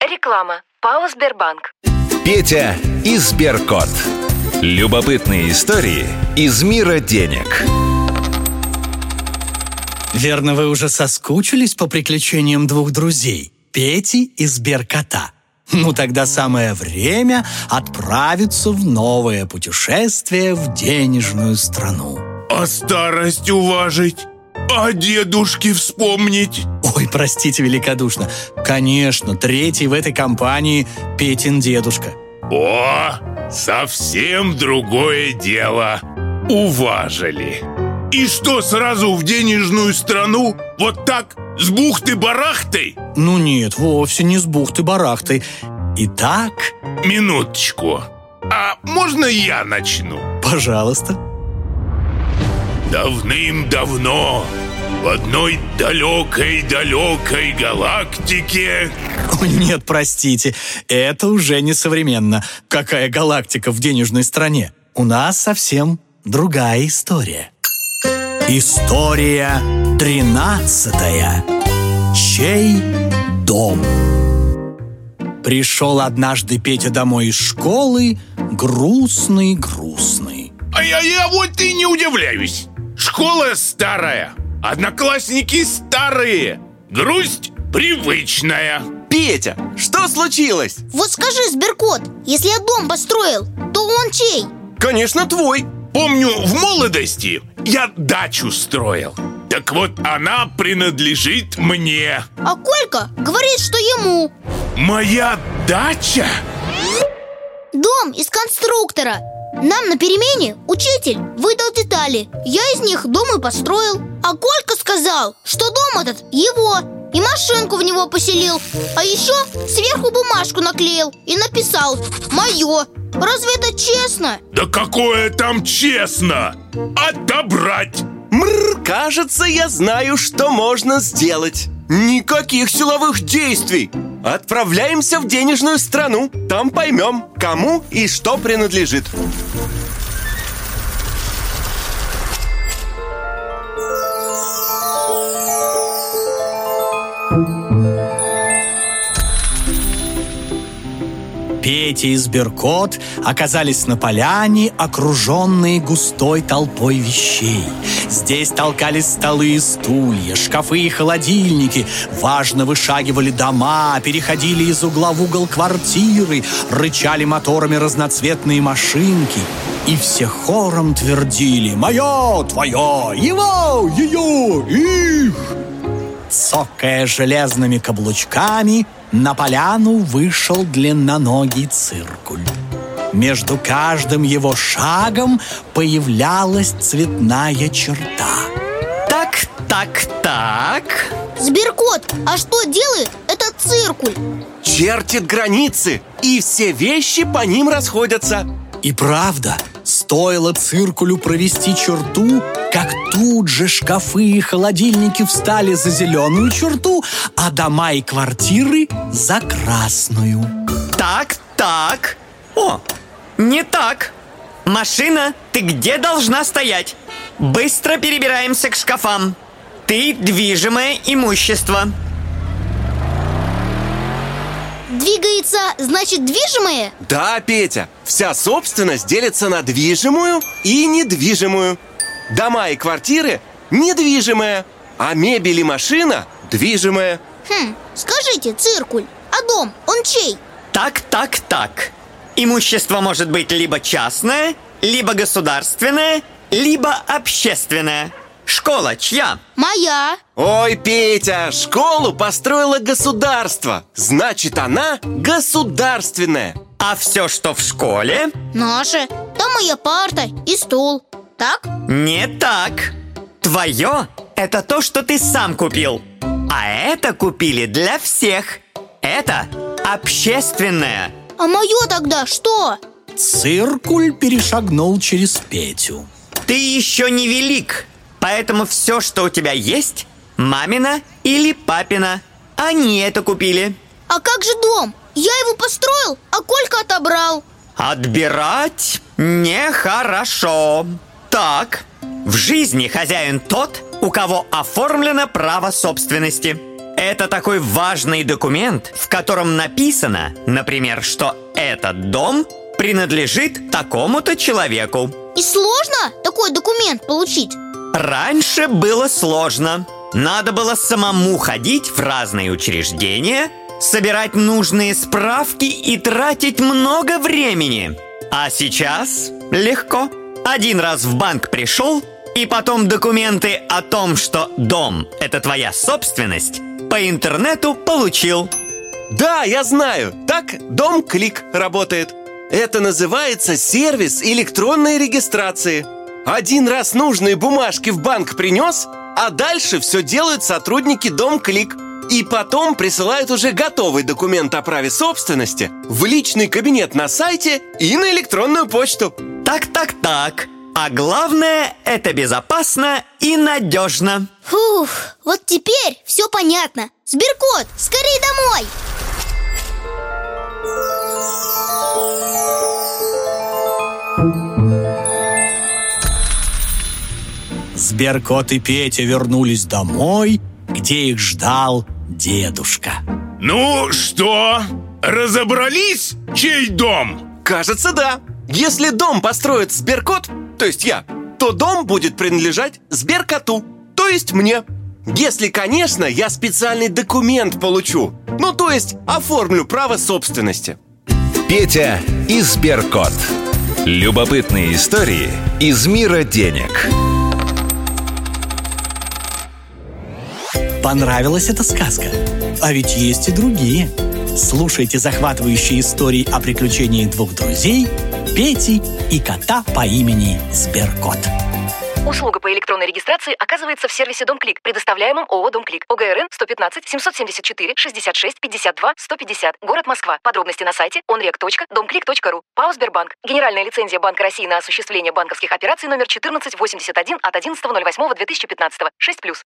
Реклама. ПАО «Сбербанк». Петя и Сберкот. Любопытные истории из мира денег. Верно, вы уже соскучились по приключениям двух друзей, Пети и Сберкота. Ну, тогда самое время отправиться в новое путешествие в денежную страну. А старость уважить? А дедушки вспомнить? Ой, простите великодушно. Конечно, третий в этой компании Петин дедушка. О, совсем другое дело. Уважили. И что, сразу в денежную страну? Вот так, с бухты-барахтой? Ну нет, вовсе не с бухты-барахтой. Итак... Минуточку. А можно я начну? Пожалуйста. Давным-давно в одной далекой-далекой галактике... Ой, нет, простите, это уже не современно. Какая галактика в денежной стране? У нас совсем другая история. История 13. Чей дом? Пришел однажды Петя домой из школы, грустный. А я вот и не удивляюсь. Школа старая, одноклассники старые, грусть привычная. Петя, что случилось? Вот скажи, Сберкот, если я дом построил, то он чей? Конечно, твой. Помню, в молодости я дачу строил. Так вот, она принадлежит мне. А Колька говорит, что ему. Моя дача? Дом из конструктора. Нам на перемене учитель выдал детали. Я из них дом и построил. А Колька сказал, что дом этот его, и машинку в него поселил. А еще сверху бумажку наклеил и написал «Мое». Разве это честно? Да какое там честно? Отобрать! Кажется, я знаю, что можно сделать. Никаких силовых действий. Отправляемся в денежную страну. Там поймем, кому и что принадлежит. Петя и Сберкот оказались на поляне, окруженные густой толпой вещей. Здесь толкались столы и стулья, шкафы и холодильники. Важно вышагивали дома, переходили из угла в угол квартиры, рычали моторами разноцветные машинки. И все хором твердили: «Мое, твое, его, ее, их!» Цокая железными каблучками, на поляну вышел длинноногий циркуль. Между каждым его шагом появлялась цветная черта. Так. Сберкот, а что делает этот циркуль? Чертит границы, и все вещи по ним расходятся. И правда, стоило циркулю провести черту, как тут же шкафы и холодильники встали за зеленую черту, а дома и квартиры за красную. Так. О, не так. Машина, ты где должна стоять? Быстро перебираемся к шкафам. Ты движимое имущество. Двигается, значит, движимое? Да, Петя, вся собственность делится на движимую и недвижимую. Дома и квартиры недвижимые, а мебель и машина движимая. Скажите, циркуль, а дом, он чей? Так. Имущество может быть либо частное, либо государственное, либо общественное. Школа чья? Моя. Ой, Петя, школу построило государство. Значит, она государственная. А все, что в школе? Наша. Там моя парта и стол. Так? Не так. Твое – это то, что ты сам купил. А это купили для всех. Это общественное. А мое тогда что? Циркуль перешагнул через Петю. Ты еще не велик, поэтому все, что у тебя есть, мамина или папина. Они это купили. А как же дом? Я его построил, а Колька отобрал. Отбирать нехорошо. Так, в жизни хозяин тот, у кого оформлено право собственности. Это такой важный документ, в котором написано, например, что этот дом принадлежит такому-то человеку. И сложно такой документ получить? Раньше было сложно. Надо было самому ходить в разные учреждения, собирать нужные справки и тратить много времени. А сейчас легко. Один раз в банк пришел, и потом документы о том, что дом – это твоя собственность, по интернету получил. Да, я знаю. Так Дом-клик работает. Это называется сервис электронной регистрации. Один раз нужные бумажки в банк принес, а дальше все делают сотрудники Дом-клик. И потом присылают уже готовый документ о праве собственности в личный кабинет на сайте и на электронную почту. Так. А главное, это безопасно и надежно. Фух, вот теперь все понятно. Сберкот, скорей домой! Сберкот и Петя вернулись домой, где их ждал дедушка. Ну что, разобрались, чей дом? Кажется, да. Если дом построит Сберкот, то есть я, то дом будет принадлежать Сберкоту, то есть мне. Если, конечно, я специальный документ получу. Ну, то есть оформлю право собственности. Петя и Сберкот. Любопытные истории из мира денег. Понравилась эта сказка? А ведь есть и другие. Слушайте захватывающие истории о приключениях двух друзей Пети и кота по имени Сберкот. Услуга по электронной регистрации оказывается в сервисе Дом-клик, предоставляемом ООО «Дом-клик». ОГРН 115 774 66 52 150. Город Москва. Подробности на сайте onreg.domclick.ru. ПАО «Сбербанк». Генеральная лицензия Банка России на осуществление банковских операций номер 1481 от 11.08.2015. 6+.